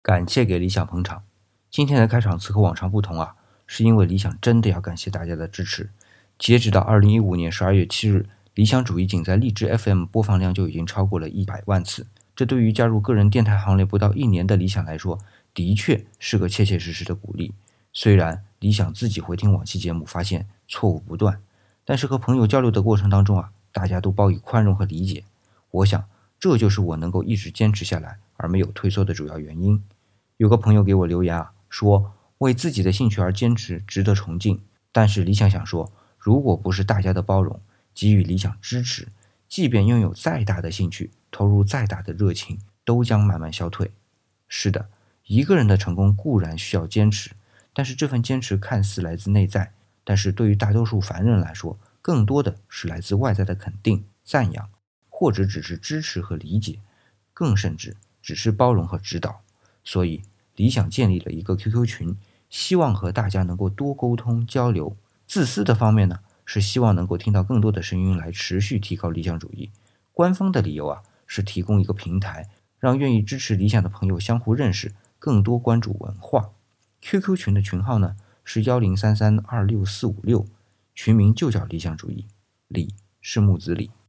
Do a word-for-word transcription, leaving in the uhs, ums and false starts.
感谢给理想捧场。今天的开场词和往常不同啊，是因为理想真的要感谢大家的支持。截止到二零一五年十二月七日，理想主义仅在荔枝 F M 播放量就已经超过了一百万次。这对于加入个人电台行列不到一年的理想来说，的确是个切切实实的鼓励。虽然理想自己回听往期节目发现错误不断，但是和朋友交流的过程当中啊，大家都报以宽容和理解。我想这就是我能够一直坚持下来而没有退缩的主要原因。有个朋友给我留言啊，说为自己的兴趣而坚持值得崇敬，但是理想想说，如果不是大家的包容，给予理想支持，即便拥有再大的兴趣，投入再大的热情，都将慢慢消退。是的，一个人的成功固然需要坚持，但是这份坚持看似来自内在，但是对于大多数凡人来说，更多的是来自外在的肯定、赞扬，或者只是支持和理解，更甚至只是包容和指导。所以理想建立了一个 Q Q 群，希望和大家能够多沟通交流。自私的方面呢，是希望能够听到更多的声音来持续提高理想主义。官方的理由啊，是提供一个平台，让愿意支持理想的朋友相互认识，更多关注文化。Q Q 群的群号呢是幺零三三二六四五六，群名就叫理想主义，理是木子李。